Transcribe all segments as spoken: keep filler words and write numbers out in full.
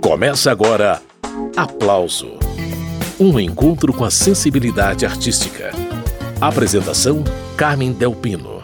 Começa agora Aplauso, um encontro com a sensibilidade artística. Apresentação Carmen Del Pino.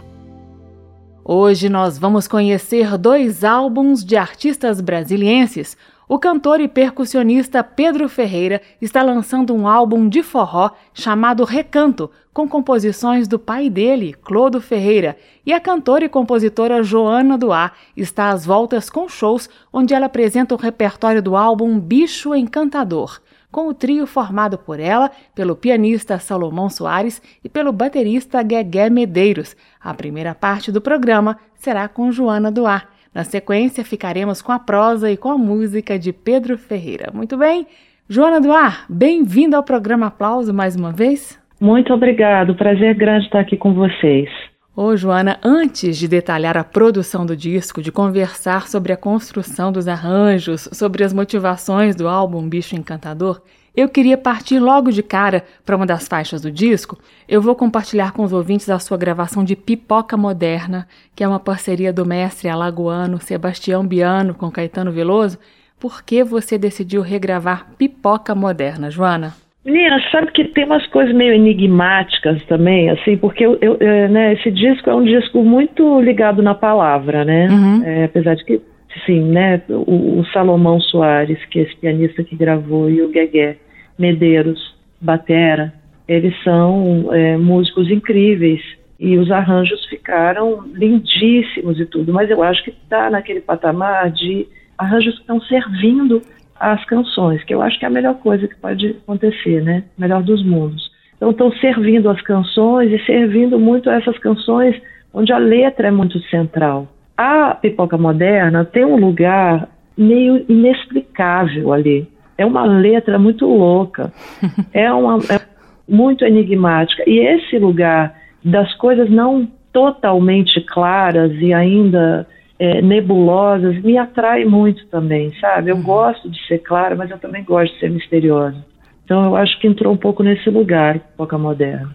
Hoje nós vamos conhecer dois álbuns de artistas brasilienses. O cantor e percussionista Pedro Ferreira está lançando um álbum de forró chamado Recanto, com composições do pai dele, Clodo Ferreira, e a cantora e compositora Joana Duar está às voltas com shows onde ela apresenta o repertório do álbum Bicho Encantador, com o trio formado por ela, pelo pianista Salomão Soares e pelo baterista Guegué Medeiros. A primeira parte do programa será com Joana Duar. Na sequência, ficaremos com a prosa e com a música de Pedro Ferreira. Muito bem? Joana Duar, bem-vinda ao programa Aplauso mais uma vez. Muito obrigado, prazer grande estar aqui com vocês. Ô, Joana, antes de detalhar a produção do disco, de conversar sobre a construção dos arranjos, sobre as motivações do álbum Bicho Encantador, eu queria partir logo de cara para uma das faixas do disco. Eu vou compartilhar com os ouvintes a sua gravação de Pipoca Moderna, que é uma parceria do mestre alagoano Sebastião Biano com Caetano Veloso. Por que você decidiu regravar Pipoca Moderna, Joana? Menina, sabe que tem umas coisas meio enigmáticas também, assim, porque eu, eu, eu, né, esse disco é um disco muito ligado na palavra, né? Uhum. É, apesar de que, sim, né, o, o Salomão Soares, que é esse pianista que gravou, e o Guegué Medeiros, batera, eles são é, músicos incríveis e os arranjos ficaram lindíssimos e tudo, mas eu acho que está naquele patamar de arranjos que estão servindo as canções, que eu acho que é a melhor coisa que pode acontecer, né? Melhor dos mundos. Então estão servindo as canções e servindo muito a essas canções onde a letra é muito central. A Pipoca Moderna tem um lugar meio inexplicável ali. É uma letra muito louca, é, uma, é muito enigmática. E esse lugar das coisas não totalmente claras e ainda É, nebulosas, me atrai muito também, sabe? Eu uhum. gosto de ser clara, mas eu também gosto de ser misteriosa. Então eu acho que entrou um pouco nesse lugar, Pipoca Moderna.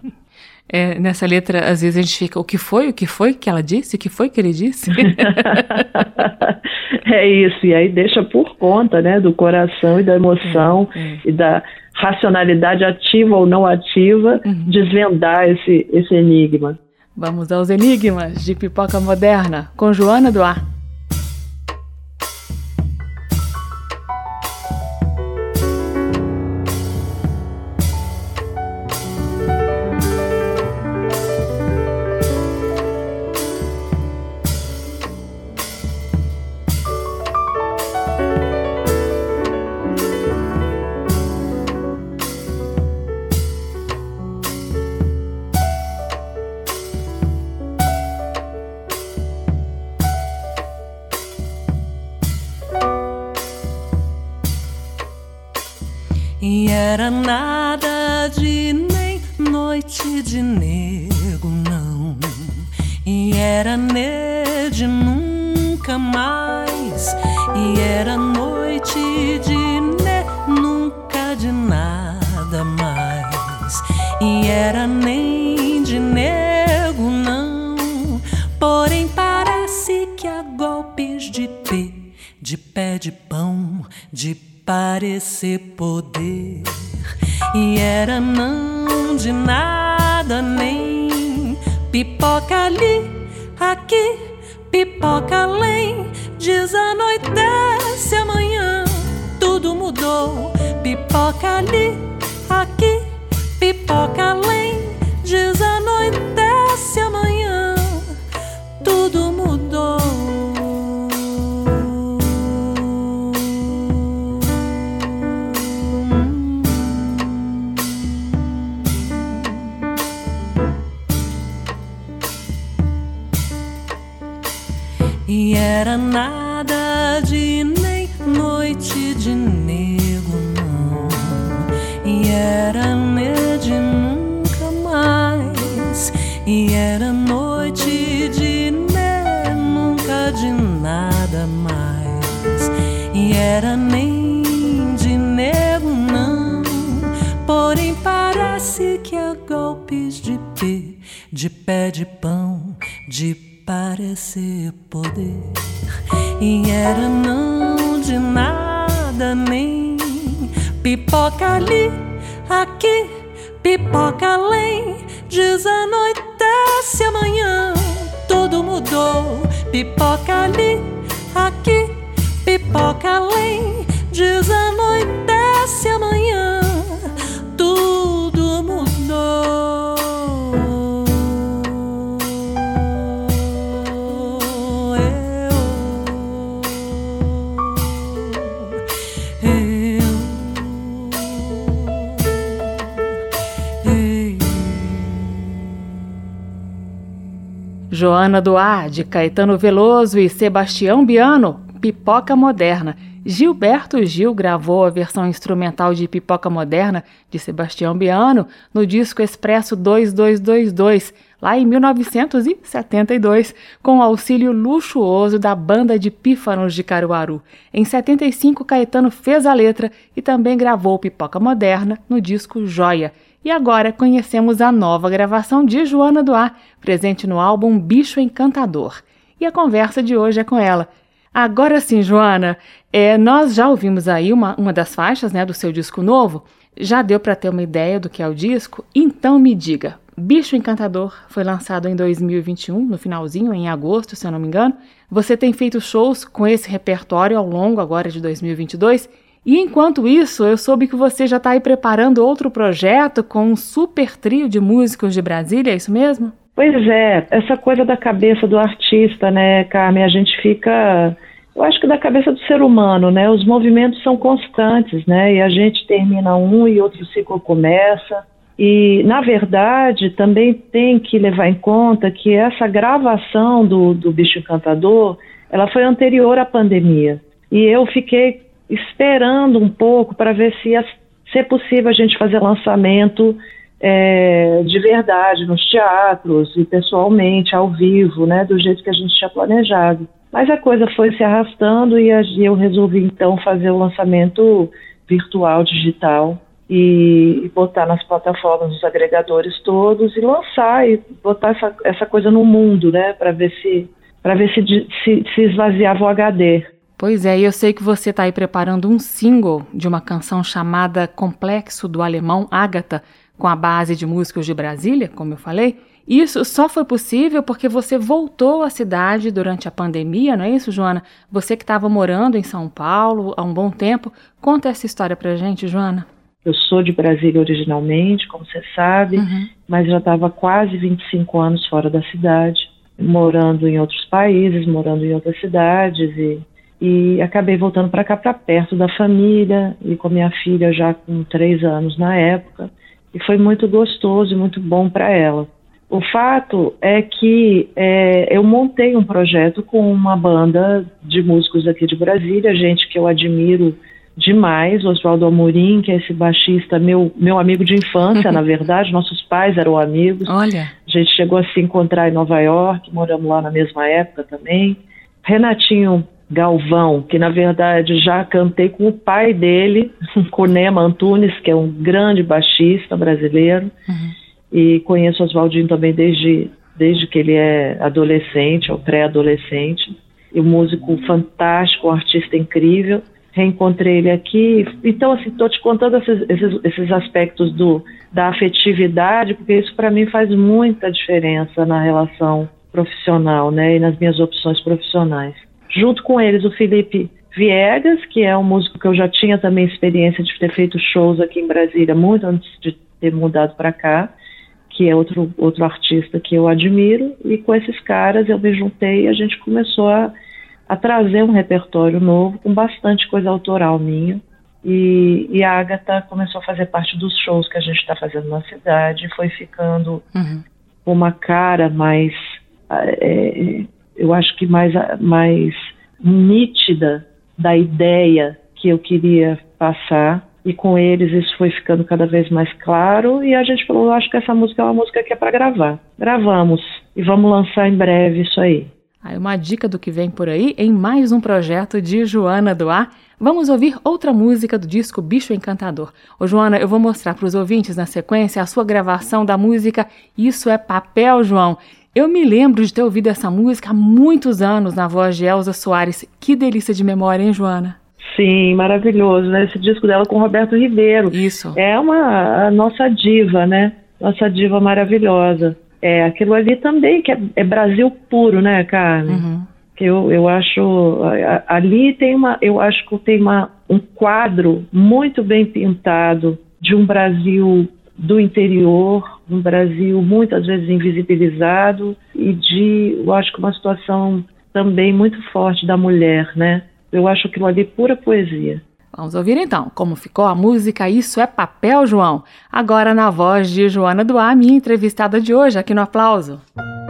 É, nessa letra, às vezes a gente fica, o que foi? O que foi que ela disse? O que foi que ele disse? É isso, e aí deixa por conta, né, do coração e da emoção é, é. e da racionalidade ativa ou não ativa, uhum. desvendar esse, esse enigma. Vamos aos enigmas de Pipoca Moderna, com Joana Duar. E era nada de nem noite de nego, não. E era ne de nunca mais. E era noite de ne nunca de nada mais. E era nem de nego, não. Porém parece que há golpes de pé, de pé de pão, de parecer poder. E era não de nada nem pipoca ali, aqui, pipoca além. Desanoitece amanhã, tudo mudou. Pipoca ali, aqui, pipoca além. Desanoitece amanhã, tudo mudou. E era nada de nem noite de nego, não. E era ne de nunca mais. E era noite de ne nunca de nada mais. E era nem de nego, não. Porém parece que há golpes de pé, de pé de pão, de parecer poder. E era não de nada pipoca ali, aqui, pipoca além. Desanoitece amanhã, tudo mudou. Pipoca ali, aqui, pipoca além. Desanoitece amanhã, tudo mudou. Joana do Ar, de Caetano Veloso e Sebastião Biano, Pipoca Moderna. Gilberto Gil gravou a versão instrumental de Pipoca Moderna de Sebastião Biano no disco Expresso dois dois dois dois, lá em mil novecentos e setenta e dois, com o auxílio luxuoso da Banda de Pífanos de Caruaru. Em setenta e cinco, Caetano fez a letra e também gravou Pipoca Moderna no disco Joia. E agora conhecemos a nova gravação de Joana do Ar, presente no álbum Bicho Encantador. E a conversa de hoje é com ela. Agora sim, Joana, é, nós já ouvimos aí uma, uma das faixas, né, do seu disco novo. Já deu para ter uma ideia do que é o disco? Então me diga, Bicho Encantador foi lançado em dois mil e vinte e um, no finalzinho, em agosto, se eu não me engano. Você tem feito shows com esse repertório ao longo agora de dois mil e vinte e dois. E enquanto isso, eu soube que você já está aí preparando outro projeto com um super trio de músicos de Brasília, é isso mesmo? Pois é, essa coisa da cabeça do artista, né, Carmen, a gente fica, eu acho que da cabeça do ser humano, né, os movimentos são constantes, né, e a gente termina um e outro ciclo começa, e na verdade também tem que levar em conta que essa gravação do, do Bicho Encantador, ela foi anterior à pandemia, e eu fiquei esperando um pouco para ver se, ia, se é possível a gente fazer lançamento é, de verdade nos teatros e pessoalmente, ao vivo, né, do jeito que a gente tinha planejado. Mas a coisa foi se arrastando e, a, e eu resolvi então fazer o lançamento virtual, digital e, e botar nas plataformas, nos agregadores todos e lançar e botar essa, essa coisa no mundo, né, para ver se, para ver se, se, se esvaziava o H D. Pois é, e eu sei que você está aí preparando um single de uma canção chamada Complexo do Alemão Ágata, com a base de músicos de Brasília, como eu falei. Isso só foi possível porque você voltou à cidade durante a pandemia, não é isso, Joana? Você que estava morando em São Paulo há um bom tempo. Conta essa história pra gente, Joana. Eu sou de Brasília originalmente, como você sabe, uhum. mas já estava quase vinte e cinco anos fora da cidade, morando em outros países, morando em outras cidades e... E acabei voltando para cá, para perto da família, e com minha filha já com três anos na época. E foi muito gostoso e muito bom para ela. O fato é que é, eu montei um projeto com uma banda de músicos aqui de Brasília, gente que eu admiro demais, Oswaldo Amorim, que é esse baixista, meu, meu amigo de infância, na verdade, nossos pais eram amigos. Olha. A gente chegou a se encontrar em Nova York, moramos lá na mesma época também. Renatinho Galvão, que na verdade já cantei com o pai dele, com o Nema Antunes, que é um grande baixista brasileiro, uhum. e conheço o Oswaldinho também desde, desde que ele é adolescente, ou pré-adolescente, e um músico fantástico, um artista incrível. Reencontrei ele aqui, então assim, estou te contando esses, esses, esses aspectos do, da afetividade, porque isso para mim faz muita diferença na relação profissional, né, e nas minhas opções profissionais. Junto com eles o Felipe Viegas, que é um músico que eu já tinha também experiência de ter feito shows aqui em Brasília, muito antes de ter mudado para cá, que é outro, outro artista que eu admiro, e com esses caras eu me juntei e a gente começou a, a trazer um repertório novo, com bastante coisa autoral minha, e, e a Ágata começou a fazer parte dos shows que a gente está fazendo na cidade, foi ficando uhum. com uma cara mais... É, eu acho que mais, mais nítida da ideia que eu queria passar, e com eles isso foi ficando cada vez mais claro, e a gente falou, eu acho que essa música é uma música que é para gravar. Gravamos, e vamos lançar em breve isso aí. Aí uma dica do que vem por aí em mais um projeto de Joana do Ar. Vamos ouvir outra música do disco Bicho Encantador. Ô Joana, eu vou mostrar para os ouvintes na sequência a sua gravação da música Isso é Papel, João. Eu me lembro de ter ouvido essa música há muitos anos na voz de Elza Soares. Que delícia de memória, hein, Joana? Sim, maravilhoso, né? Esse disco dela com o Roberto Ribeiro. Isso. É uma a nossa diva, né? Nossa diva maravilhosa. É, aquilo ali também, que é, é Brasil puro, né, Carmen? Uhum. Que eu, eu acho, ali tem uma, eu acho que tem uma, um quadro muito bem pintado de um Brasil do interior, um Brasil muitas vezes invisibilizado e de, eu acho que uma situação também muito forte da mulher, né? Eu acho aquilo ali pura poesia. Vamos ouvir então como ficou a música Isso é Papel, João. Agora na voz de Joana Duá, minha entrevistada de hoje aqui no Aplauso.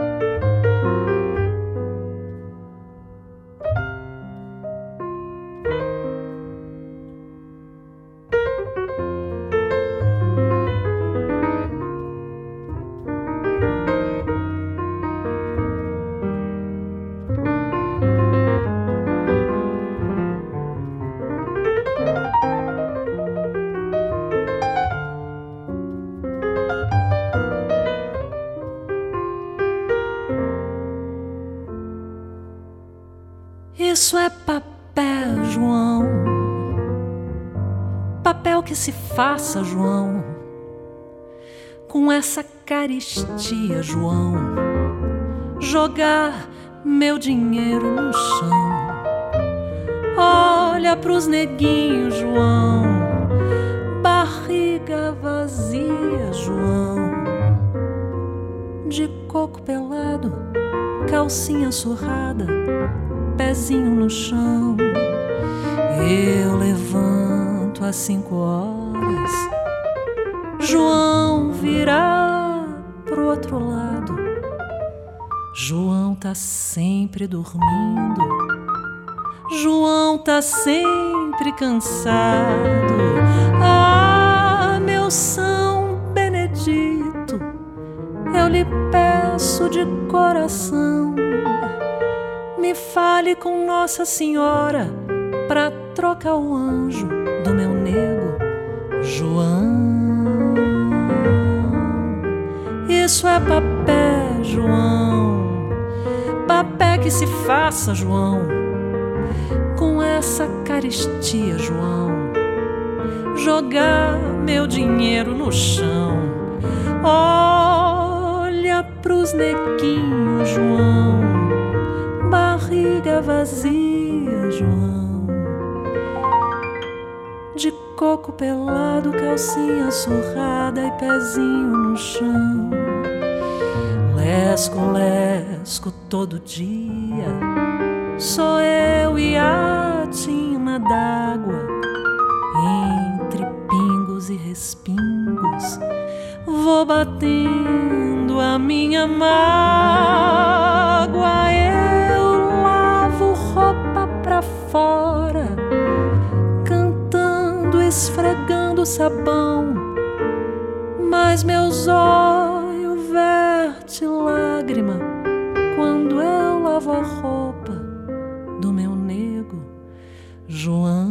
Isso é papel, João. Papel que se faça, João, com essa caristia, João. Jogar meu dinheiro no chão. Olha pros neguinhos, João. Barriga vazia, João. De coco pelado, calcinha surrada, pezinho no chão. Eu levanto às cinco horas, João virá pro outro lado. João tá sempre dormindo, João tá sempre cansado. Ah, meu São Benedito, eu lhe peço de coração, me fale com Nossa Senhora pra trocar o anjo do meu nego, João. Isso é papel, João. Papel que se faça, João, com essa caristia, João. Jogar meu dinheiro no chão. Olha pros neguinhos, João. Barriga vazia, João. De coco pelado, calcinha surrada e pezinho no chão. Lesco, lesco todo dia, sou eu e a tina d'água. Entre pingos e respingos, vou batendo a minha mágoa. Eu lavo roupa pra fora, cantando, esfregando sabão, mas meus olhos verte lágrima quando eu lavo a roupa do meu nego, João.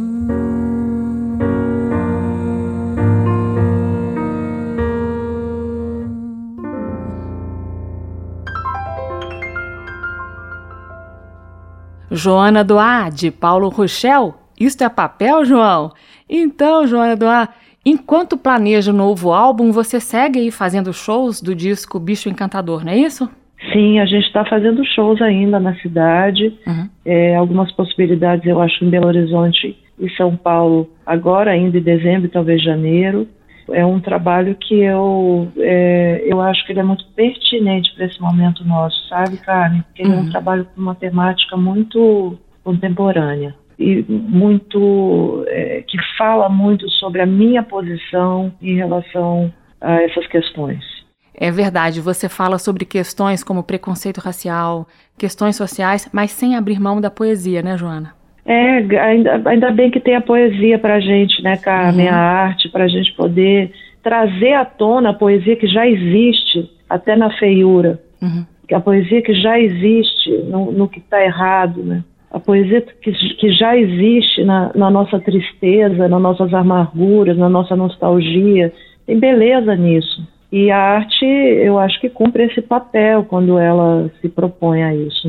Joana Duá, de Paulo Rochel. Isto é papel, João? Então, Joana Duá, enquanto planeja o novo álbum, você segue aí fazendo shows do disco Bicho Encantador, não é isso? Sim, a gente está fazendo shows ainda na cidade. Uhum. É, algumas possibilidades, eu acho, em Belo Horizonte e São Paulo, agora ainda em dezembro, talvez janeiro. É um trabalho que eu, é, eu acho que ele é muito pertinente para esse momento nosso, sabe, Carmen? Porque ele uhum. é um trabalho com uma temática muito contemporânea e muito, é, que fala muito sobre a minha posição em relação a essas questões. É verdade, você fala sobre questões como preconceito racial, questões sociais, mas sem abrir mão da poesia, né, Joana? É, ainda, ainda bem que tem a poesia pra gente, né, Carmen, uhum. a arte, pra gente poder trazer à tona a poesia que já existe, até na feiura, uhum. a poesia que já existe no, no que está errado, né? A poesia que, que já existe na, na nossa tristeza, nas nossas amarguras, na nossa nostalgia, tem beleza nisso. E a arte, eu acho que cumpre esse papel quando ela se propõe a isso, né?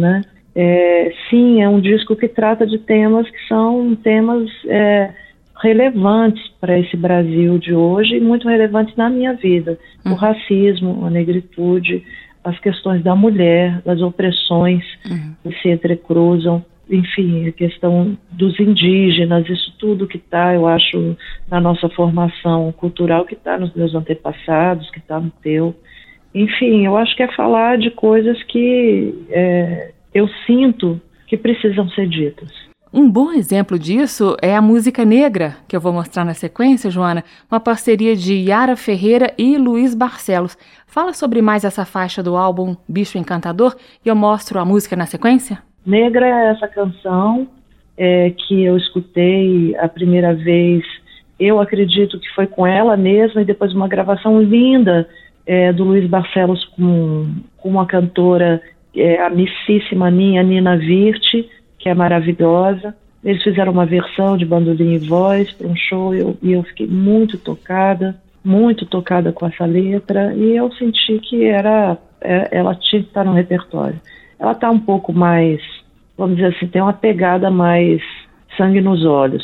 é, sim, é um disco que trata de temas que são temas é, relevantes para esse Brasil de hoje e muito relevantes na minha vida. Uhum. O racismo, a negritude, as questões da mulher, das opressões uhum. que se entrecruzam, enfim, a questão dos indígenas, isso tudo que está, eu acho, na nossa formação cultural, que está nos meus antepassados, que está no teu. Enfim, eu acho que é falar de coisas que é, eu sinto que precisam ser ditas. Um bom exemplo disso é a música Negra, que eu vou mostrar na sequência, Joana, uma parceria de Yara Ferreira e Luiz Barcelos. Fala sobre mais essa faixa do álbum Bicho Encantador e eu mostro a música na sequência? Negra é essa canção é, que eu escutei a primeira vez, eu acredito que foi com ela mesma, e depois uma gravação linda é, do Luiz Barcelos com, com uma cantora é, amicíssima minha, Nina Virte, que é maravilhosa. Eles fizeram uma versão de bandolim e voz para um show e eu, e eu fiquei muito tocada, muito tocada com essa letra, e eu senti que era, é, ela tinha que estar no repertório. Ela está um pouco mais, vamos dizer assim, tem uma pegada mais sangue nos olhos.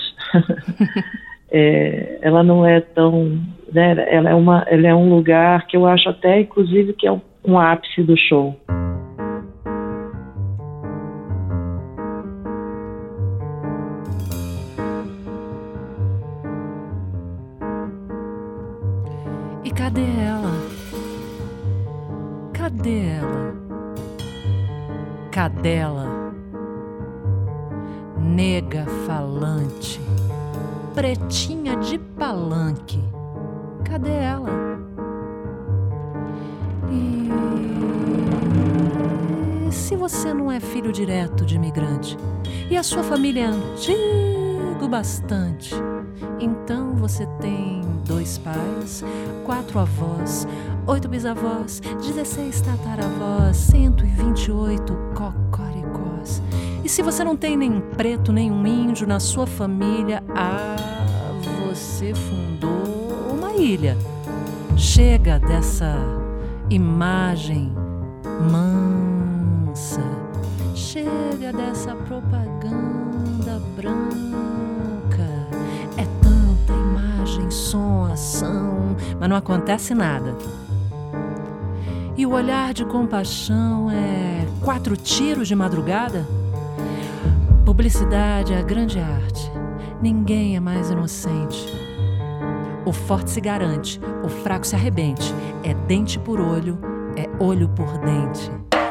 é, ela não é tão, né, ela, é uma, ela é um lugar que eu acho até, inclusive, que é um, um ápice do show. E cadê ela? Cadê ela? Cadela, nega falante, pretinha de palanque, cadê ela? E se você não é filho direto de imigrante e a sua família é antigo bastante, então você tem dois pais, quatro avós, oito bisavós, dezesseis tataravós, cento e vinte e oito cocoricós. E se você não tem nem preto, nem um índio na sua família, ah, você fundou uma ilha. Chega dessa imagem mansa, chega dessa propaganda branca. É tanta imagem, som, ação, mas não acontece nada. E o olhar de compaixão é quatro tiros de madrugada? Publicidade é a grande arte. Ninguém é mais inocente. O forte se garante, o fraco se arrebente. É dente por olho, é olho por dente.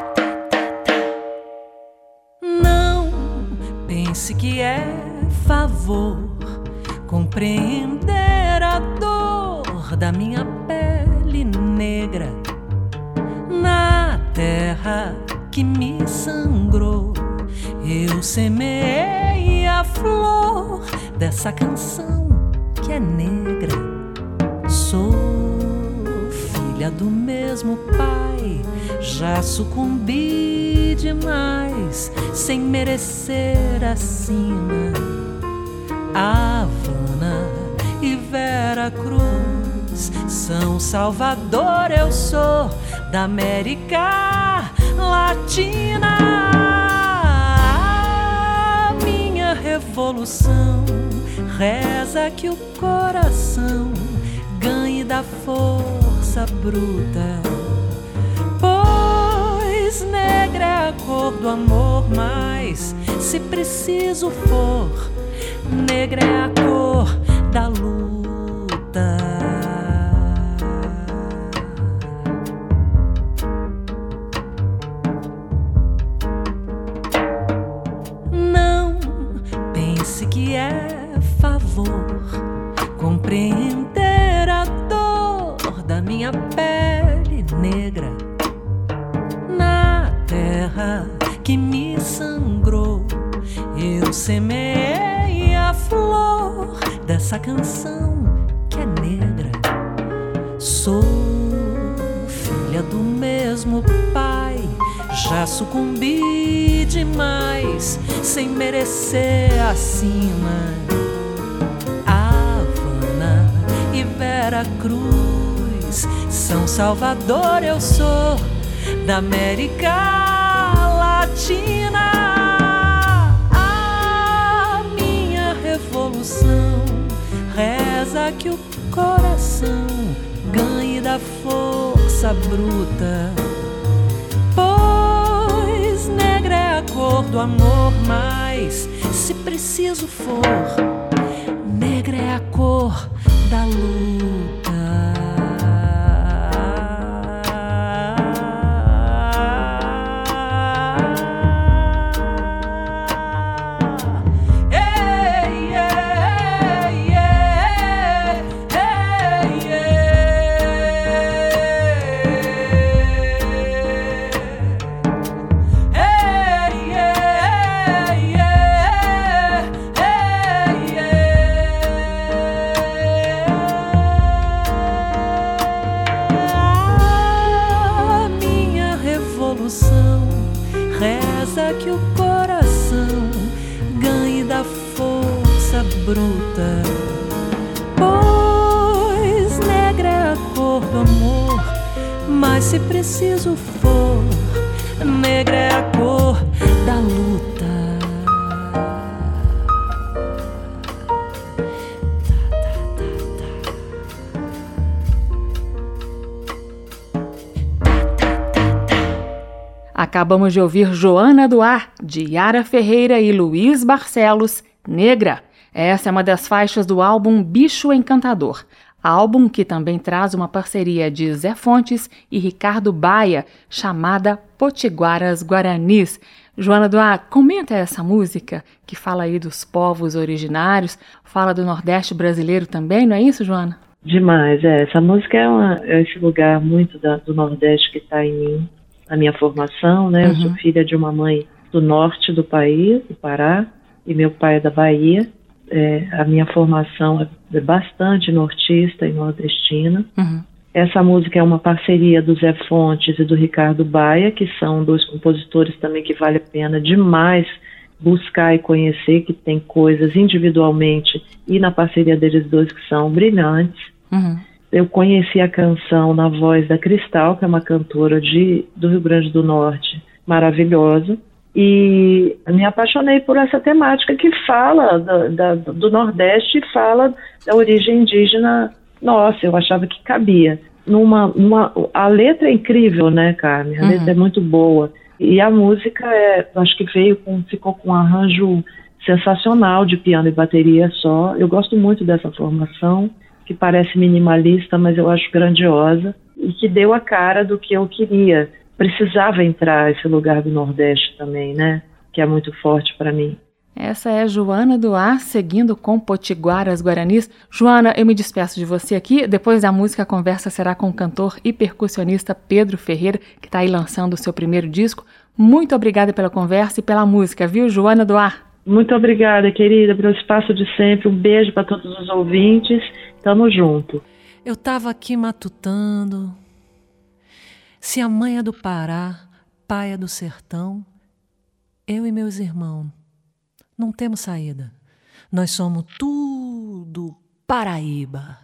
Não pense que é favor compreender a dor da minha pele negra na terra que me sangrou. Eu semeei a flor dessa canção que é negra. Sou filha do mesmo pai, já sucumbi demais sem merecer a sina. Havana e Vera Cruz, São Salvador, eu sou da América Latina. A minha revolução reza que o coração ganhe da força bruta, pois negra é a cor do amor, mas se preciso for, negra é a cor da luta. Não pense que é favor compreender a dor da minha pele negra na terra que me sangrou. Eu semeei a flor dessa canção que é negra. Sou filha do mesmo pai, já sucumbi demais sem merecer a sina. Havana e Vera Cruz, São Salvador, eu sou da América Latina. latina. A minha revolução reza que o coração ganhe da força bruta, pois negra é a cor do amor, mas se preciso for, negra é a cor da luta. Que o coração ganhe da força bruta, pois negra é a cor do amor, mas se preciso for, negra é a cor da luta. Acabamos de ouvir Joana do Ar, de Yara Ferreira e Luiz Barcelos, Negra. Essa é uma das faixas do álbum Bicho Encantador, álbum que também traz uma parceria de Zé Fontes e Ricardo Baia, chamada Potiguaras Guaranis. Joana do Ar, comenta essa música que fala aí dos povos originários, fala do Nordeste brasileiro também, não é isso, Joana? Demais, é. Essa música é, uma, é esse lugar muito da, do Nordeste que está em mim. A minha formação, né? Uhum. Eu sou filha de uma mãe do norte do país, do Pará, e meu pai é da Bahia. É, a minha formação é bastante nortista e nordestina. Uhum. Essa música é uma parceria do Zé Fontes e do Ricardo Baia, que são dois compositores também que vale a pena demais buscar e conhecer, que tem coisas individualmente e na parceria deles dois que são brilhantes. Uhum. Eu conheci a canção na voz da Cristal, que é uma cantora de, do Rio Grande do Norte, maravilhosa, e me apaixonei por essa temática que fala da, da, do Nordeste e fala da origem indígena. Nossa, eu achava que cabia. Numa, numa, a letra é incrível, né, Carmen? A uhum. letra é muito boa. E a música, é, acho que veio com, ficou com um arranjo sensacional de piano e bateria só. Eu gosto muito dessa formação, que parece minimalista, mas eu acho grandiosa, e que deu a cara do que eu queria. Precisava entrar esse lugar do Nordeste também, né? Que é muito forte para mim. Essa é Joana do Ar, seguindo com Potiguaras Guaranis. Joana, eu me despeço de você aqui. Depois da música, a conversa será com o cantor e percussionista Pedro Ferreira, que está aí lançando o seu primeiro disco. Muito obrigada pela conversa e pela música, viu, Joana do Ar? Muito obrigada, querida, pelo espaço de sempre. Um beijo para todos os ouvintes. Tamo junto. Eu tava aqui matutando. Se a mãe é do Pará, pai é do sertão, eu e meus irmãos não temos saída. Nós somos tudo Paraíba.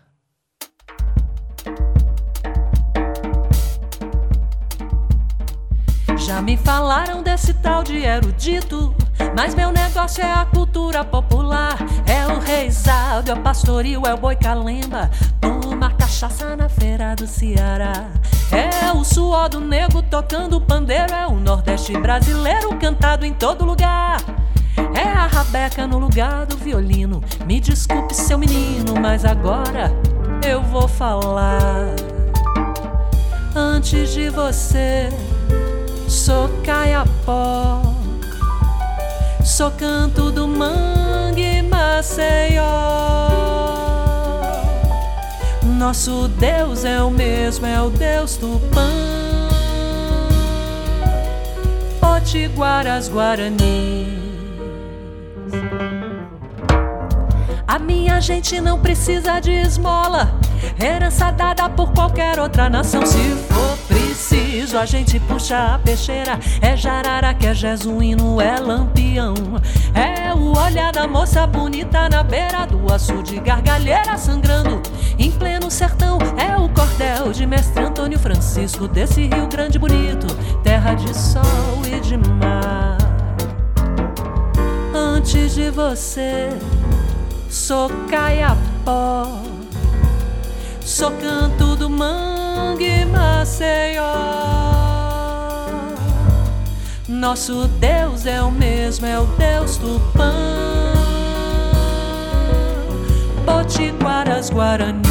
Já me falaram desse tal de erudito, mas meu negócio é a cultura popular. É o reisado, é o pastoril, é o boi calemba, toma cachaça na feira do Ceará. É o suor do nego tocando pandeiro, é o Nordeste brasileiro cantado em todo lugar. É a rabeca no lugar do violino. Me desculpe, seu menino, mas agora eu vou falar. Antes de você, sou Caiapó, sou Canto do Mangue, Maceió. Nosso Deus é o mesmo, é o Deus Tupã, Potiguaras Guarani. A minha gente não precisa de esmola, herança dada por qualquer outra nação. Se for preciso, a gente puxa a peixeira. É jararaca, é jesuíno, é lampião. É o olhar da moça bonita na beira do açude, gargalheira sangrando em pleno sertão. É o cordel de mestre Antônio Francisco, desse Rio Grande bonito, terra de sol e de mar. Antes de você, sou Caiapó, sou Canto do Mangue, Maceió. Nosso Deus é o mesmo, é o Deus Tupã, Potiguaras, Guarani.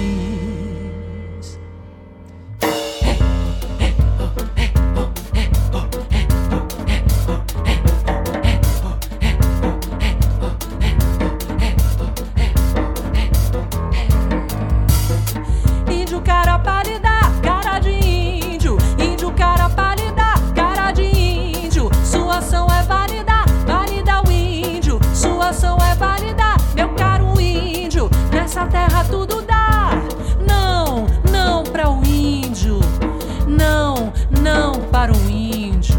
Tudo dá, não, não para o índio, não, não para o índio.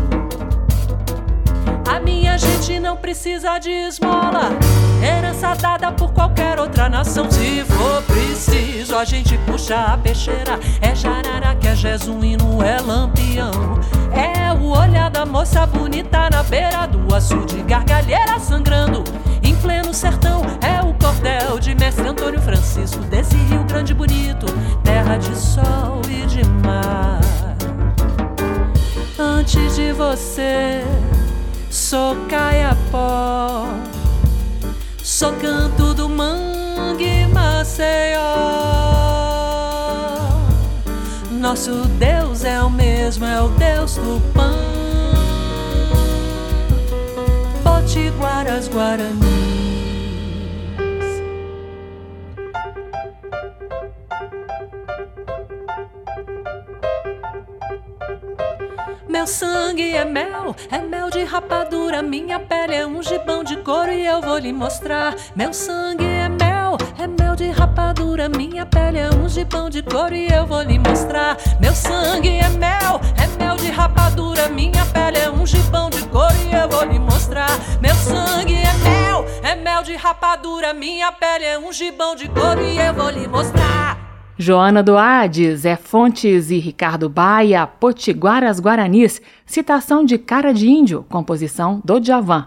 A minha gente não precisa de esmola, herança dada por qualquer outra nação. Se for preciso, a gente puxa a peixeira. É jarara que é jesuíno, é lampião. É o olhar da moça bonita na beira do açude, gargalheira sangrando em pleno sertão. É o cordel de mestre Antônio Francisco, desse Rio Grande bonito, terra de sol e de mar. Antes de você, sou Caiapó, sou Canto do Mangue, Maceió. Nosso Deus é o mesmo, é o Deus Tupã, Potiguaras, Guarani. Meu sangue é mel, é mel de rapadura. Minha pele é um gibão de couro e eu vou lhe mostrar. Meu sangue é mel, é mel de rapadura. Minha pele é um gibão de couro e eu vou lhe mostrar. Meu sangue é mel, é mel de rapadura. Minha pele é um gibão de couro e eu vou lhe mostrar. Meu sangue é mel, é mel de rapadura. Minha pele é um gibão de couro e eu vou lhe mostrar. Joana Duarte, Zé Fontes e Ricardo Baia, Potiguaras Guaranis, citação de Cara de Índio, composição do Djavan.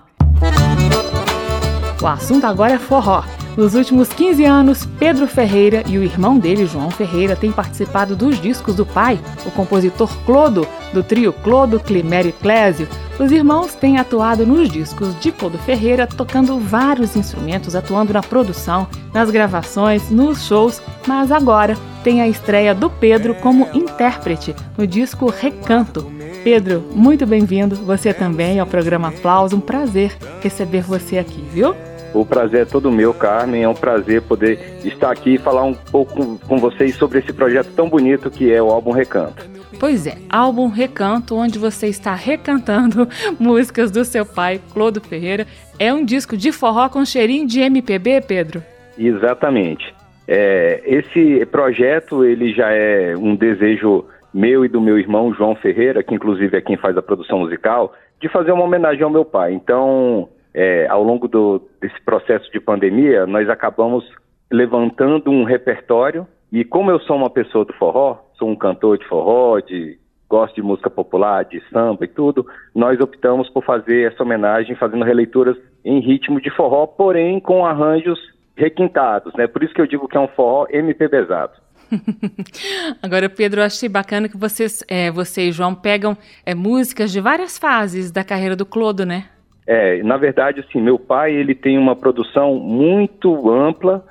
O assunto agora é forró. Nos últimos quinze anos, Pedro Ferreira e o irmão dele, João Ferreira, têm participado dos discos do pai, o compositor Clodo, do trio Clodo, Climério e Clésio. Os irmãos têm atuado nos discos de Clodo Ferreira, tocando vários instrumentos, atuando na produção, nas gravações, nos shows, mas agora tem a estreia do Pedro como intérprete no disco Recanto. Pedro, muito bem-vindo, você também ao programa Aplauso, um prazer receber você aqui, viu? O prazer é todo meu, Carmen, é um prazer poder estar aqui e falar um pouco com vocês sobre esse projeto tão bonito que é o álbum Recanto. Pois é, álbum Recanto, onde você está recantando músicas do seu pai, Clodo Ferreira. É um disco de forró com cheirinho de M P B, Pedro? Exatamente. É, esse projeto ele já é um desejo meu e do meu irmão João Ferreira, que inclusive é quem faz a produção musical, de fazer uma homenagem ao meu pai. Então, é, ao longo do, desse processo de pandemia, nós acabamos levantando um repertório. E como eu sou uma pessoa do forró, sou um cantor de forró, de, gosto de música popular, de samba e tudo, nós optamos por fazer essa homenagem fazendo releituras em ritmo de forró, porém com arranjos requintados, né? Por isso que eu digo que é um forró M P B-zado. Agora, Pedro, eu achei bacana que vocês, é, você e João pegam é, músicas de várias fases da carreira do Clodo, né? É, na verdade, assim, meu pai, ele tem uma produção muito ampla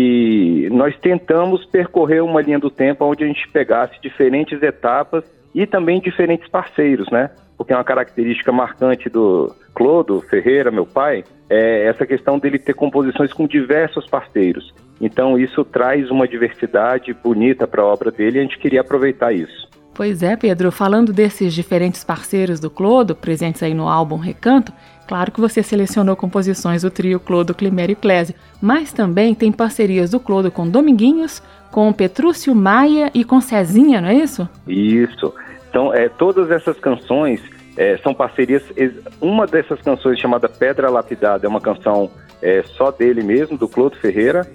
e nós tentamos percorrer uma linha do tempo onde a gente pegasse diferentes etapas e também diferentes parceiros, né? Porque é uma característica marcante do Clodo Ferreira, meu pai, é essa questão dele ter composições com diversos parceiros. Então isso traz uma diversidade bonita para a obra dele e a gente queria aproveitar isso. Pois é, Pedro, falando desses diferentes parceiros do Clodo, presentes aí no álbum Recanto, claro que você selecionou composições do trio Clodo, Climério e Clésio, mas também tem parcerias do Clodo com Dominguinhos, com Petrúcio Maia e com Cezinha, não é isso? Isso. Então, é, todas essas canções é, são parcerias. Uma dessas canções, chamada Pedra Lapidada, é uma canção é, só dele mesmo, do Clodo Ferreira,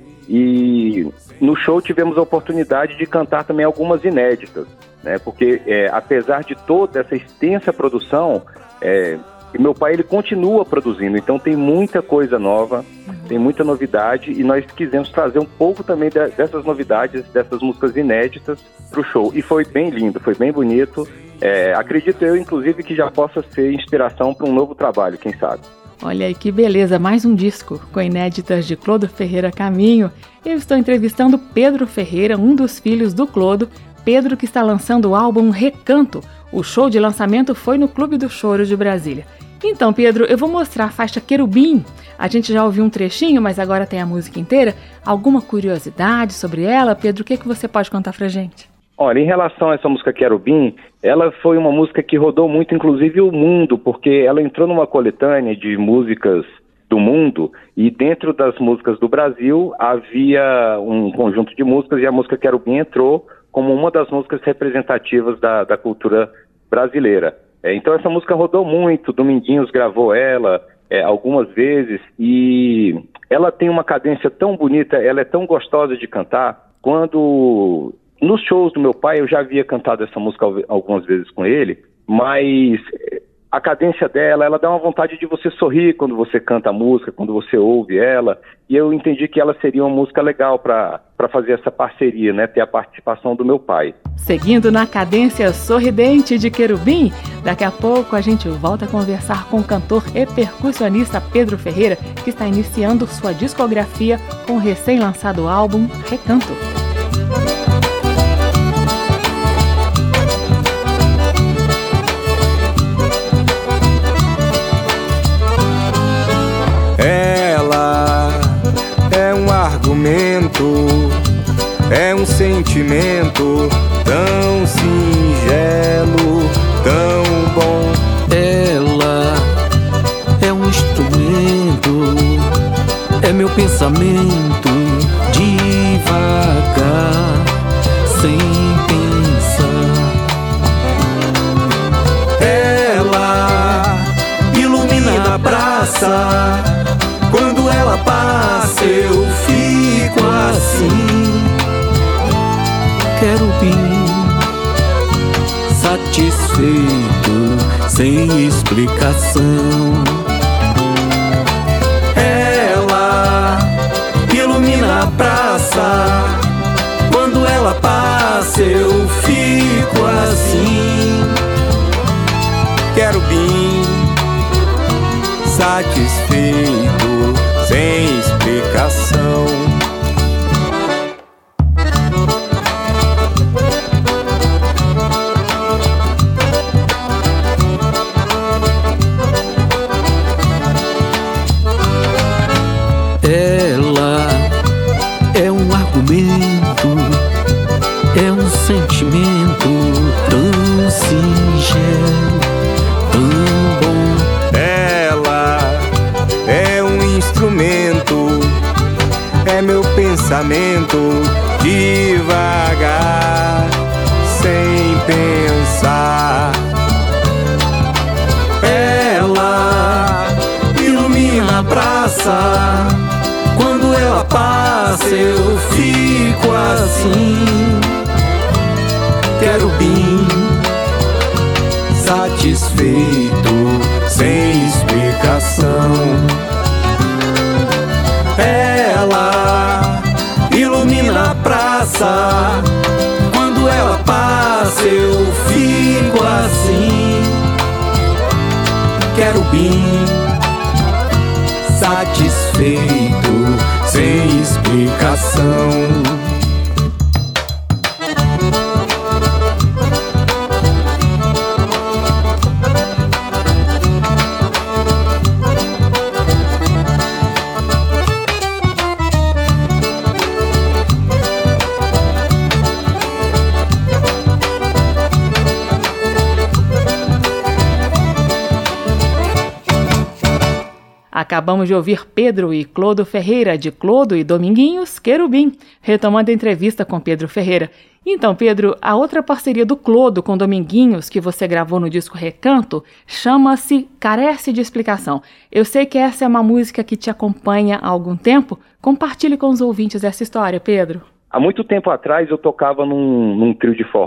e no show tivemos a oportunidade de cantar também algumas inéditas, né? Porque é, apesar de toda essa extensa produção, é, E meu pai, ele continua produzindo, então tem muita coisa nova, tem muita novidade, e nós quisemos trazer um pouco também de, dessas novidades, dessas músicas inéditas pro show. E foi bem lindo, foi bem bonito. É, acredito eu, inclusive, que já possa ser inspiração para um novo trabalho, quem sabe. Olha aí que beleza, mais um disco com inéditas de Clodo Ferreira Caminho. Eu estou entrevistando Pedro Ferreira, um dos filhos do Clodo, Pedro que está lançando o álbum Recanto. O show de lançamento foi no Clube do Choro de Brasília. Então, Pedro, eu vou mostrar a faixa Querubim. A gente já ouviu um trechinho, mas agora tem a música inteira. Alguma curiosidade sobre ela? Pedro, o que, que você pode contar pra gente? Olha, em relação a essa música Querubim, ela foi uma música que rodou muito, inclusive o mundo, porque ela entrou numa coletânea de músicas do mundo, e dentro das músicas do Brasil havia um conjunto de músicas, e a música Querubim entrou como uma das músicas representativas da, da cultura brasileira. É, então essa música rodou muito, Dominguinhos gravou ela é, algumas vezes, e ela tem uma cadência tão bonita, ela é tão gostosa de cantar. Quando nos shows do meu pai eu já havia cantado essa música algumas vezes com ele, mas a cadência dela, ela dá uma vontade de você sorrir quando você canta a música, quando você ouve ela, e eu entendi que ela seria uma música legal para para fazer essa parceria, né, ter a participação do meu pai. Seguindo na cadência sorridente de Querubim, daqui a pouco a gente volta a conversar com o cantor e percussionista Pedro Ferreira, que está iniciando sua discografia com o recém-lançado álbum Recanto. Ela é um argumento, é um sentimento tão singelo, tão bom. Ela é um instrumento, é meu pensamento devagar, sem pensar. Ela ilumina a praça. Quando ela passa eu fico assim, Querubim, satisfeito, sem explicação. Ela ilumina a praça. Quando ela passa eu fico assim, Querubim, satisfeito, sem explicação. Ela é um argumento, é um sentimento tão singelo, tão bom. Ela é um instrumento, é meu pensamento devagar, sem pensar. Ela ilumina a praça. Quando ela passa eu fico assim, Querubim, satisfeito, sem explicação. Ela ilumina a praça. Quando ela passa eu fico assim, Querubim, satisfeito, sem explicação. Acabamos de ouvir Pedro e Clodo Ferreira, de Clodo e Dominguinhos, Querubim, retomando a entrevista com Pedro Ferreira. Então, Pedro, a outra parceria do Clodo com Dominguinhos, que você gravou no disco Recanto, chama-se Carece de Explicação. Eu sei que essa é uma música que te acompanha há algum tempo. Compartilhe com os ouvintes essa história, Pedro. Há muito tempo atrás eu tocava num, num trio de forró,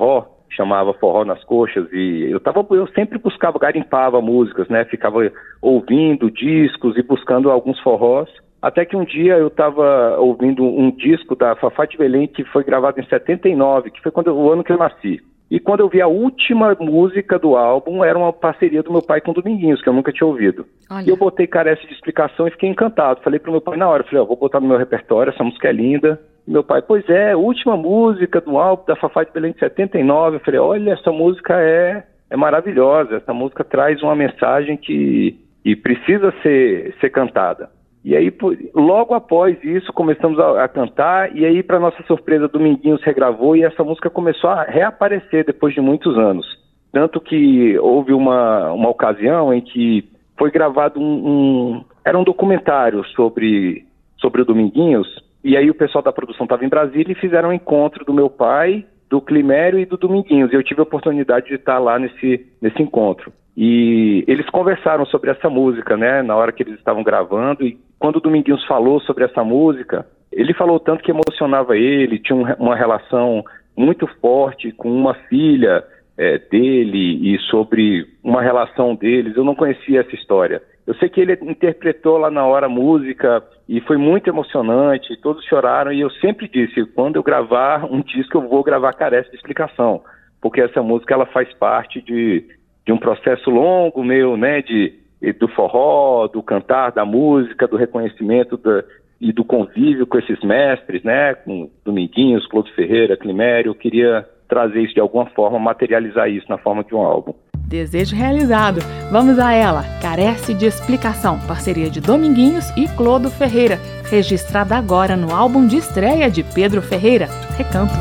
chamava Forró nas Coxas, e eu, tava, eu sempre buscava, garimpava músicas, né? Ficava ouvindo discos e buscando alguns forrós, até que um dia eu estava ouvindo um disco da Fafá de Belém que foi gravado em setenta e nove, que foi quando, o ano que eu nasci. E quando eu vi a última música do álbum, era uma parceria do meu pai com o Dominguinhos, que eu nunca tinha ouvido. Olha. E eu botei Carece de Explicação e fiquei encantado. Falei pro meu pai na hora, falei, ó, vou botar no meu repertório, essa música é linda. E meu pai, pois é, última música do álbum da Fafá de Belém de setenta e nove. Eu falei, olha, essa música é, é maravilhosa, essa música traz uma mensagem que, que precisa ser, ser cantada. E aí, logo após isso, começamos a, a cantar, e aí, para nossa surpresa, Dominguinhos regravou, e essa música começou a reaparecer depois de muitos anos. Tanto que houve uma, uma ocasião em que foi gravado um, um... era um documentário sobre, sobre o Dominguinhos, e aí o pessoal da produção estava em Brasília e fizeram um encontro do meu pai, do Climério e do Dominguinhos, e eu tive a oportunidade de estar lá nesse, nesse encontro. E eles conversaram sobre essa música, né, na hora que eles estavam gravando, e quando o Dominguinhos falou sobre essa música, ele falou tanto que emocionava ele, tinha um, uma relação muito forte com uma filha é, dele e sobre uma relação deles. Eu não conhecia essa história. Eu sei que ele interpretou lá na hora a música e foi muito emocionante, todos choraram, e eu sempre disse, quando eu gravar um disco eu vou gravar Carece de Explicação, porque essa música ela faz parte de, de um processo longo meu, né, de do forró, do cantar, da música, do reconhecimento da, e do convívio com esses mestres, né, com Dominguinhos, Clodo Ferreira, Climério. Eu queria trazer isso de alguma forma, materializar isso na forma de um álbum. Desejo realizado. Vamos a ela. Carece de Explicação, parceria de Dominguinhos e Clodo Ferreira, registrada agora no álbum de estreia de Pedro Ferreira, Recanto.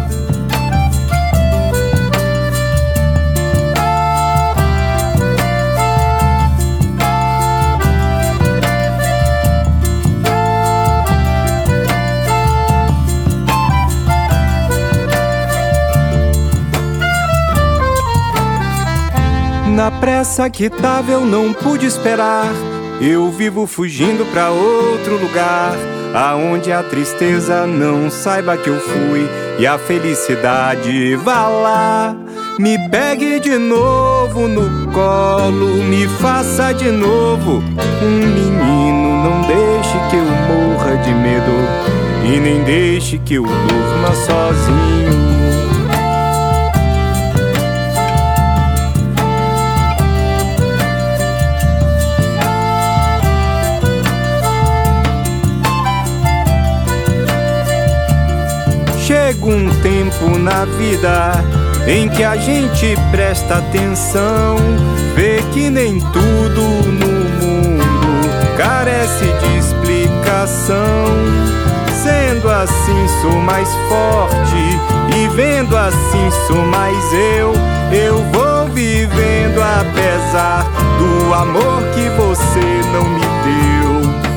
Na pressa que tava eu não pude esperar. Eu vivo fugindo pra outro lugar, aonde a tristeza não saiba que eu fui e a felicidade vá lá. Me pegue de novo no colo, me faça de novo um menino. Não deixe que eu morra de medo e nem deixe que eu durma sozinho. Chega um tempo na vida em que a gente presta atenção, vê que nem tudo no mundo carece de explicação. Sendo assim sou mais forte e vendo assim sou mais eu. Eu vou vivendo apesar do amor que você não me deu.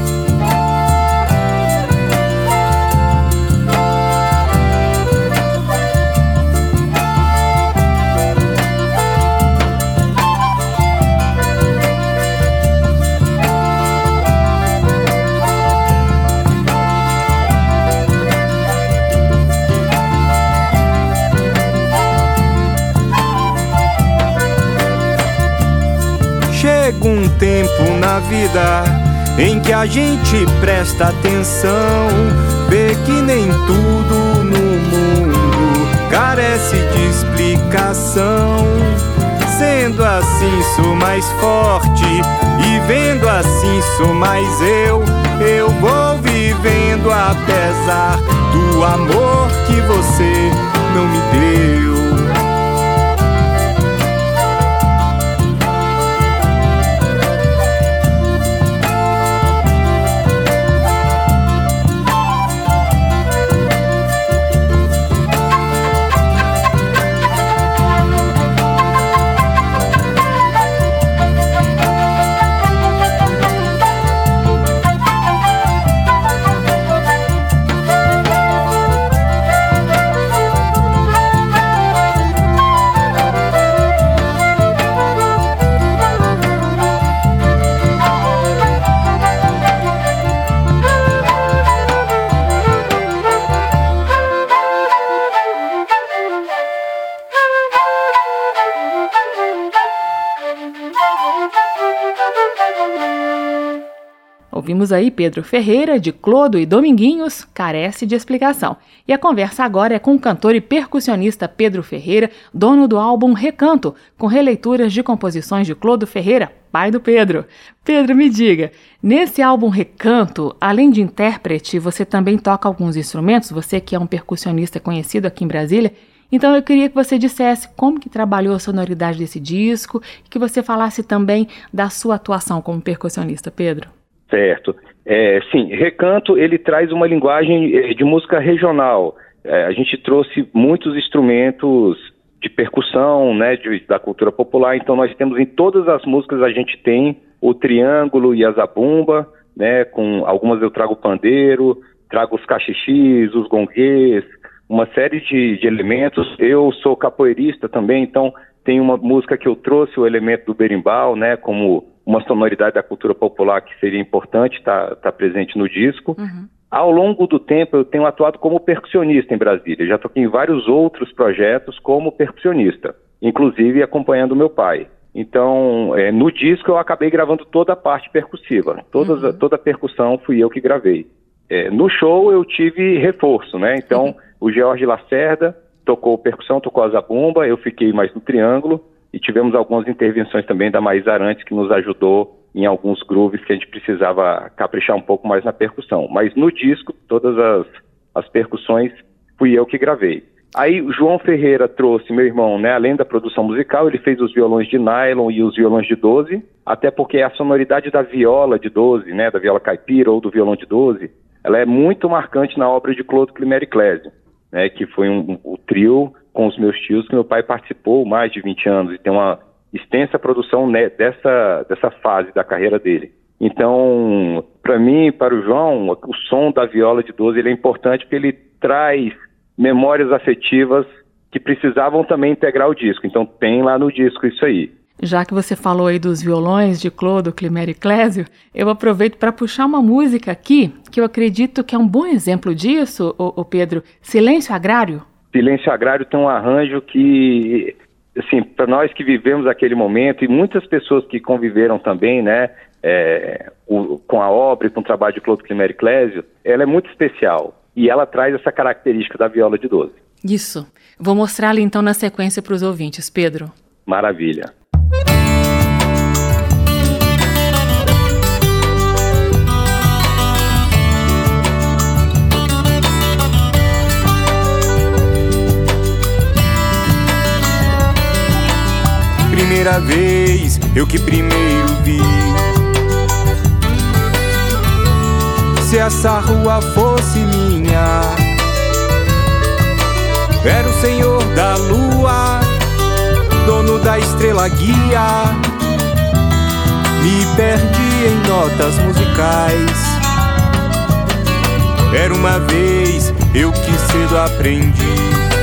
Chega um tempo na vida em que a gente presta atenção, vê que nem tudo no mundo carece de explicação. Sendo assim sou mais forte e vendo assim sou mais eu. Eu vou vivendo apesar do amor que você não me deu. ouvimos aí Pedro Ferreira, de Clodo e Dominguinhos, carece de explicação. E a conversa agora é com o cantor e percussionista Pedro Ferreira, dono do álbum Recanto, com releituras de composições de Clodo Ferreira, pai do Pedro. Pedro, me diga, nesse álbum Recanto, além de intérprete, você também toca alguns instrumentos, você que é um percussionista conhecido aqui em Brasília. Então eu queria que você dissesse como que trabalhou a sonoridade desse disco e que você falasse também da sua atuação como percussionista, Pedro. Certo. É, sim, Recanto, ele traz uma linguagem de música regional. É, a gente trouxe muitos instrumentos de percussão, né, de, da cultura popular, então nós temos em todas as músicas, a gente tem o triângulo e a zabumba, né, com algumas eu trago o pandeiro, trago os cachixis, os gonguês, uma série de, de elementos. Eu sou capoeirista também, então tem uma música que eu trouxe o elemento do berimbau, né, como uma sonoridade da cultura popular que seria importante estar tá, tá presente no disco. Uhum. Ao longo do tempo eu tenho atuado como percussionista em Brasília, já toquei em vários outros projetos como percussionista, inclusive acompanhando meu pai. Então, é, no disco eu acabei gravando toda a parte percussiva, todas, uhum. toda a percussão fui eu que gravei. É, no show eu tive reforço, né, então... Uhum. O George Lacerda tocou percussão, tocou a zabumba, eu fiquei mais no triângulo e tivemos algumas intervenções também da Maísa Arantes que nos ajudou em alguns grooves que a gente precisava caprichar um pouco mais na percussão. Mas no disco, todas as, as percussões fui eu que gravei. Aí o João Ferreira trouxe, meu irmão, né, além da produção musical, ele fez os violões de nylon e os violões de doze, até porque a sonoridade da viola de doze, né, da viola caipira ou do violão de doze, ela é muito marcante na obra de Clodo Climério e Clésio. Né, que foi um, um, o trio com os meus tios que meu pai participou mais de vinte anos e tem uma extensa produção, né, dessa, dessa fase da carreira dele. Então, para mim e para o João, o som da viola de doze ele é importante porque ele traz memórias afetivas que precisavam também integrar o disco. Então tem lá no disco isso aí. Já que você falou aí dos violões de Clodo, Climério e Clésio, eu aproveito para puxar uma música aqui, que eu acredito que é um bom exemplo disso, ô, ô Pedro, Silêncio Agrário. Silêncio Agrário tem um arranjo que, assim, para nós que vivemos aquele momento, e muitas pessoas que conviveram também, né, é, o, com a obra e com o trabalho de Clodo, Climério e Clésio, ela é muito especial, e ela traz essa característica da viola de doze. Isso. Vou mostrar-lhe então na sequência para os ouvintes, Pedro. Maravilha. Primeira vez, eu que primeiro vi. Se essa rua fosse minha, era o Senhor da lua, dono da estrela guia. Me perdi em notas musicais. Era uma vez, eu que cedo aprendi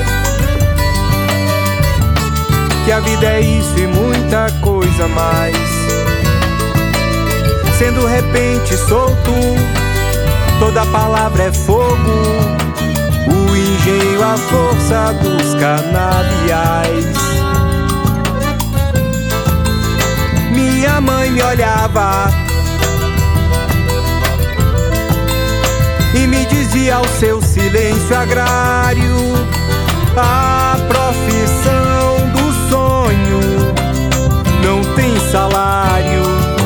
que a vida é isso e muita coisa mais. Sendo repente solto, toda palavra é fogo, o engenho, a força dos canaviais. Minha mãe me olhava e me dizia ao seu silêncio agrário: a profissão do sonho não tem salário.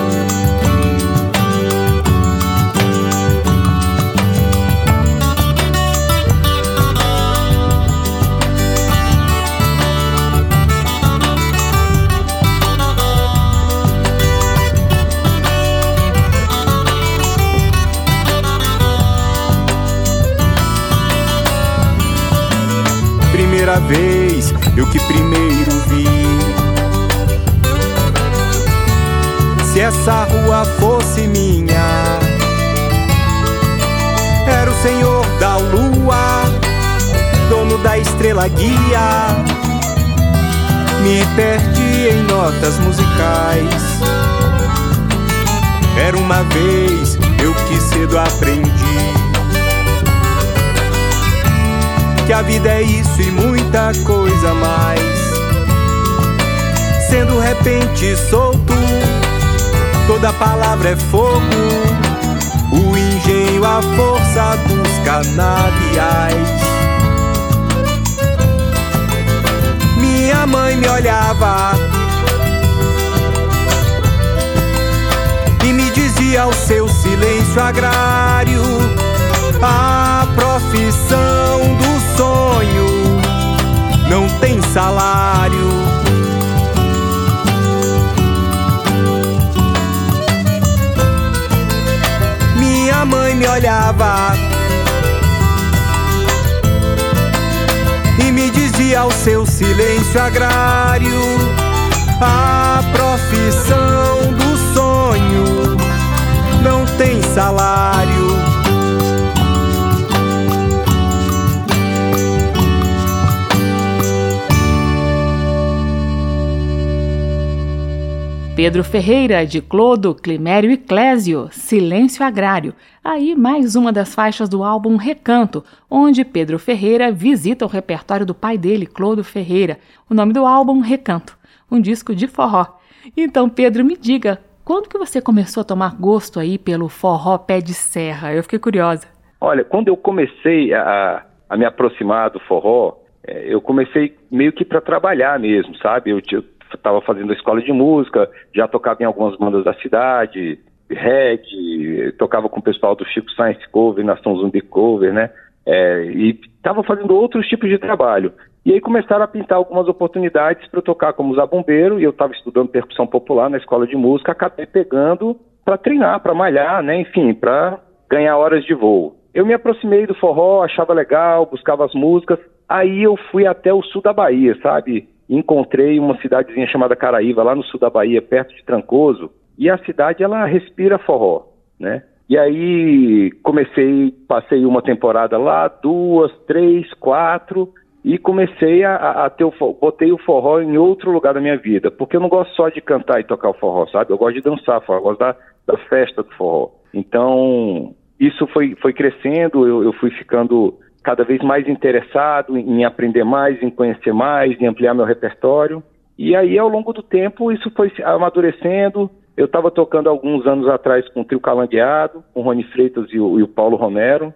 Primeira vez, eu que primeiro vi. Se essa rua fosse minha, era o Senhor da lua, dono da estrela guia. Me perdi em notas musicais. Era uma vez, eu que cedo aprendi que a vida é isso e muita coisa mais. Sendo repente solto, toda palavra é fogo, o engenho, a força dos canaviais. Minha mãe me olhava e me dizia ao seu silêncio agrário: a profissão do sonho não tem salário. Minha mãe me olhava e me dizia ao seu silêncio agrário: a profissão do sonho não tem salário. Pedro Ferreira, de Clodo, Climério e Clésio, Silêncio Agrário. Aí mais uma das faixas do álbum Recanto, onde Pedro Ferreira visita o repertório do pai dele, Clodo Ferreira. O nome do álbum, Recanto, um disco de forró. Então, Pedro, me diga, quando que você começou a tomar gosto aí pelo forró pé de serra? Eu fiquei curiosa. Olha, quando eu comecei a, a me aproximar do forró, eu comecei meio que para trabalhar mesmo, sabe? Eu tinha estava fazendo a escola de música, já tocava em algumas bandas da cidade, reggae, tocava com o pessoal do Chico Science Cover, Nação Zumbi Cover, né? É, e estava fazendo outros tipos de trabalho. E aí começaram a pintar algumas oportunidades para eu tocar como zabumbeiro, e eu estava estudando percussão popular na escola de música, acabei pegando para treinar, para malhar, né? Enfim, para ganhar horas de voo. Eu me aproximei do forró, achava legal, buscava as músicas, aí eu fui até o sul da Bahia, sabe? Encontrei uma cidadezinha chamada Caraíva, lá no sul da Bahia, perto de Trancoso, e a cidade, ela respira forró, né? E aí comecei, passei uma temporada lá, duas, três, quatro, e comecei a, a ter o forró, botei o forró em outro lugar da minha vida, porque eu não gosto só de cantar e tocar o forró, sabe? Eu gosto de dançar forró, eu gosto da, da festa do forró. Então, isso foi, foi crescendo, eu, eu fui ficando cada vez mais interessado em aprender mais, em conhecer mais, em ampliar meu repertório. E aí, ao longo do tempo, isso foi amadurecendo. Eu estava tocando alguns anos atrás com o Trio Calangueado, com o Rony Freitas e o, e o Paulo Romero,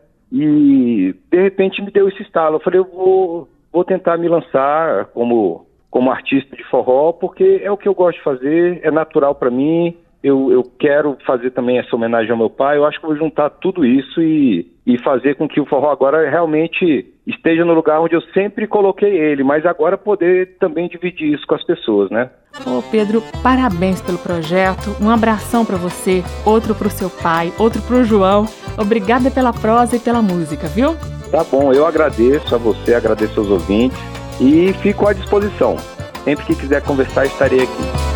e de repente me deu esse estalo. Eu falei, eu vou, vou tentar me lançar como, como artista de forró, porque é o que eu gosto de fazer, é natural para mim. Eu, eu quero fazer também essa homenagem ao meu pai. Eu acho que vou juntar tudo isso e, e fazer com que o forró agora realmente esteja no lugar onde eu sempre coloquei ele, mas agora poder também dividir isso com as pessoas, né? Ô Pedro, parabéns pelo projeto, um abração para você, outro pro seu pai, outro pro João. Obrigada pela prosa e pela música, viu? Tá bom, eu agradeço a você, agradeço aos ouvintes e fico à disposição. Sempre que quiser conversar, estarei aqui.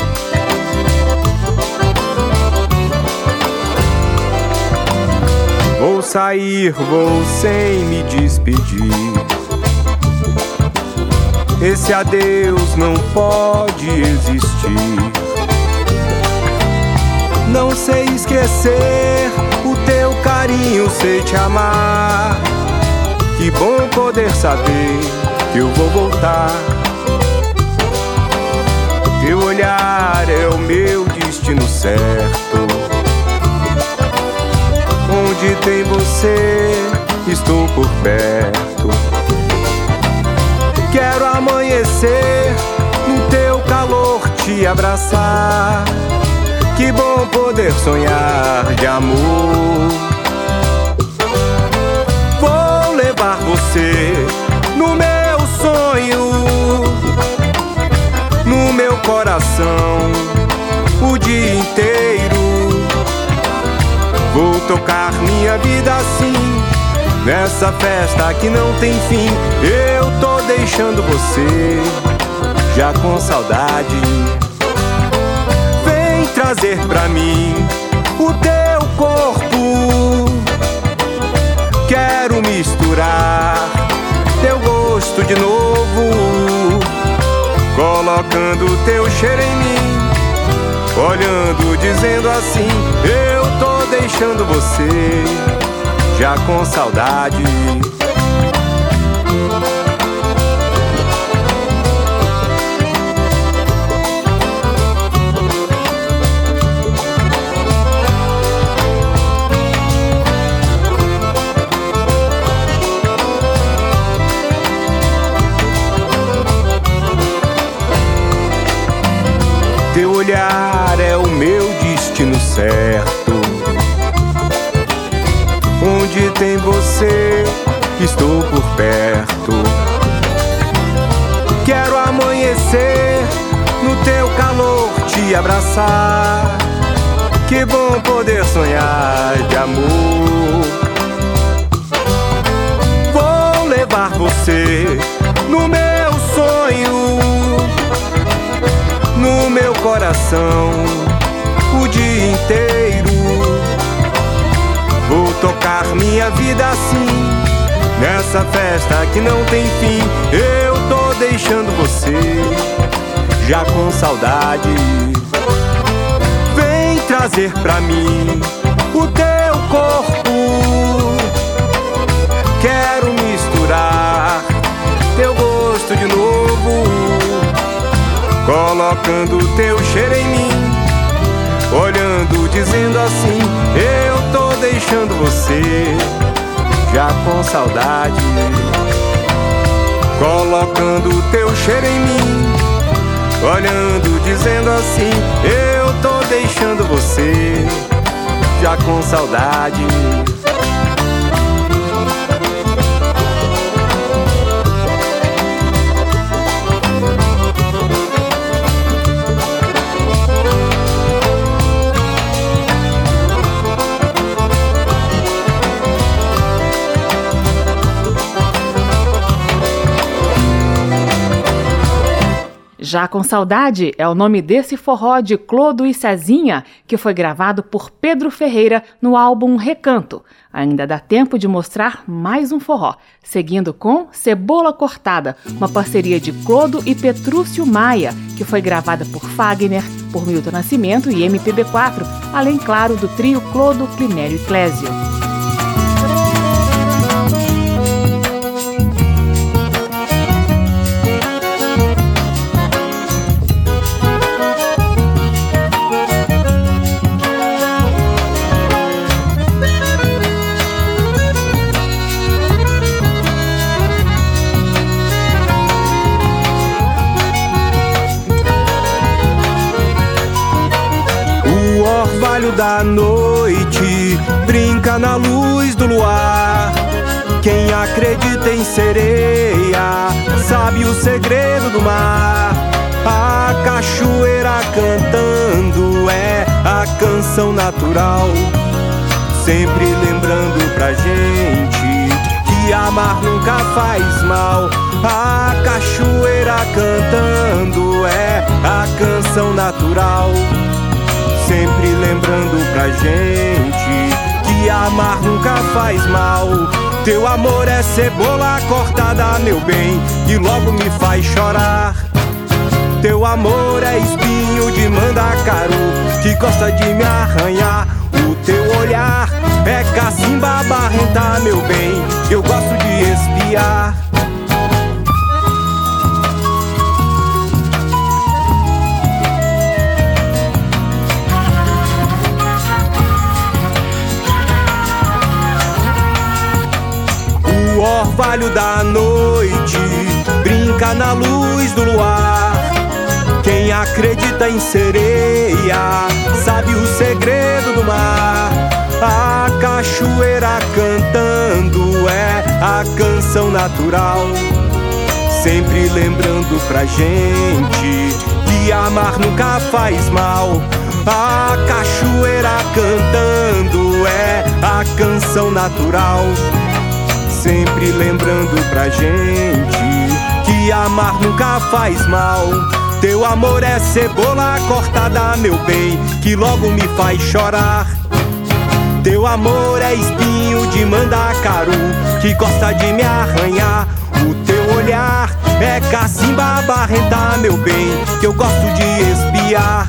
Vou sair, vou sem me despedir. Esse adeus não pode existir. Não sei esquecer o teu carinho, sei te amar. Que bom poder saber que eu vou voltar. Teu olhar é o meu destino certo. Onde tem você, estou por perto. Quero amanhecer no teu calor, te abraçar. Que bom poder sonhar de amor. Vou levar você no meu sonho, no meu coração, o dia inteiro. Vou tocar minha vida assim, nessa festa que não tem fim. Eu tô deixando você, já com saudade. Vem trazer pra mim o teu corpo. Quero misturar teu gosto de novo, colocando teu cheiro em mim. Olhando, dizendo assim, eu tô deixando você, já com saudade. certo. Onde tem você, estou por perto. Quero amanhecer no teu calor, te abraçar. Que bom poder sonhar de amor. Vou levar você no meu sonho, no meu coração, o dia inteiro. Vou tocar minha vida assim, nessa festa que não tem fim. Eu tô deixando você, já com saudade. Vem trazer pra mim o teu corpo. Quero misturar teu gosto de novo, colocando teu cheiro em mim, olhando, dizendo assim: eu tô deixando você, já com saudade. Colocando teu cheiro em mim, olhando, dizendo assim: eu tô deixando você, já com saudade. Já com Saudade é o nome desse forró de Clodo e Cezinha, que foi gravado por Pedro Ferreira no álbum Recanto. Ainda dá tempo de mostrar mais um forró, seguindo com Cebola Cortada, uma parceria de Clodo e Petrúcio Maia, que foi gravada por Fagner, por Milton Nascimento e M P B quatro, além, claro, do trio Clodo, Climério e Clésio. Da noite brinca na luz do luar. Quem acredita em sereia sabe o segredo do mar. A cachoeira cantando é a canção natural, sempre lembrando pra gente que amar nunca faz mal. A cachoeira cantando é a canção natural, sempre lembrando pra gente que amar nunca faz mal. Teu amor é cebola cortada, meu bem, e logo me faz chorar. Teu amor é espinho de mandacaru, que gosta de me arranhar. O teu olhar é cacimba barrenta, meu bem, eu gosto de espiar. O orvalho da noite brinca na luz do luar. Quem acredita em sereia sabe o segredo do mar. A cachoeira cantando é a canção natural, sempre lembrando pra gente que amar nunca faz mal. A cachoeira cantando é a canção natural, sempre lembrando pra gente que amar nunca faz mal. Teu amor é cebola cortada, meu bem, que logo me faz chorar. Teu amor é espinho de mandacaru, que gosta de me arranhar. O teu olhar é cacimba barrenta, meu bem, que eu gosto de espiar.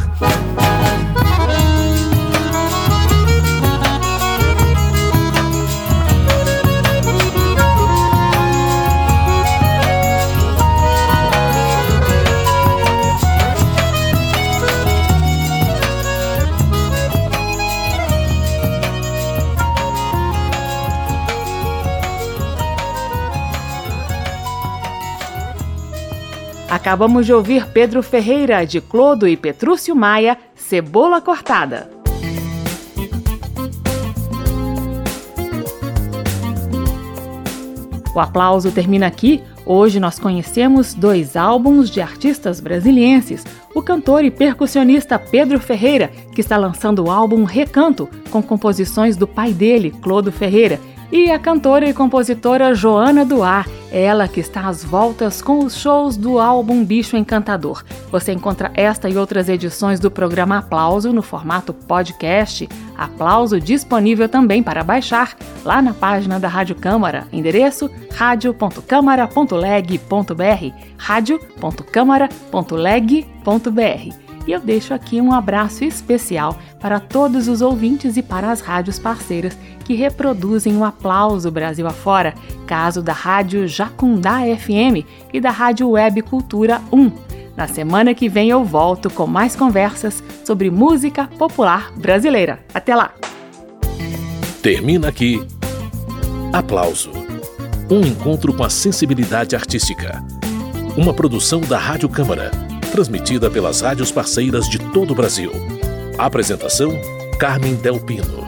Acabamos de ouvir Pedro Ferreira, de Clodo e Petrúcio Maia, Cebola Cortada. O Aplauso termina aqui. Hoje nós conhecemos dois álbuns de artistas brasilienses. O cantor e percussionista Pedro Ferreira, que está lançando o álbum Recanto, com composições do pai dele, Clodo Ferreira, e a cantora e compositora Joana Duar, ela que está às voltas com os shows do álbum Bicho Encantador. Você encontra esta e outras edições do programa Aplauso no formato podcast. Aplauso disponível também para baixar lá na página da Rádio Câmara, endereço rádio ponto câmara ponto leg ponto br, rádio ponto câmara ponto leg ponto br. E eu deixo aqui um abraço especial para todos os ouvintes e para as rádios parceiras que reproduzem o Aplauso Brasil afora, caso da Rádio Jacundá F M e da Rádio Web Cultura um. Na semana que vem eu volto com mais conversas sobre música popular brasileira. Até lá! Termina aqui Aplauso, um encontro com a sensibilidade artística. Uma produção da Rádio Câmara, transmitida pelas rádios parceiras de todo o Brasil. Apresentação: Carmen Del Pino.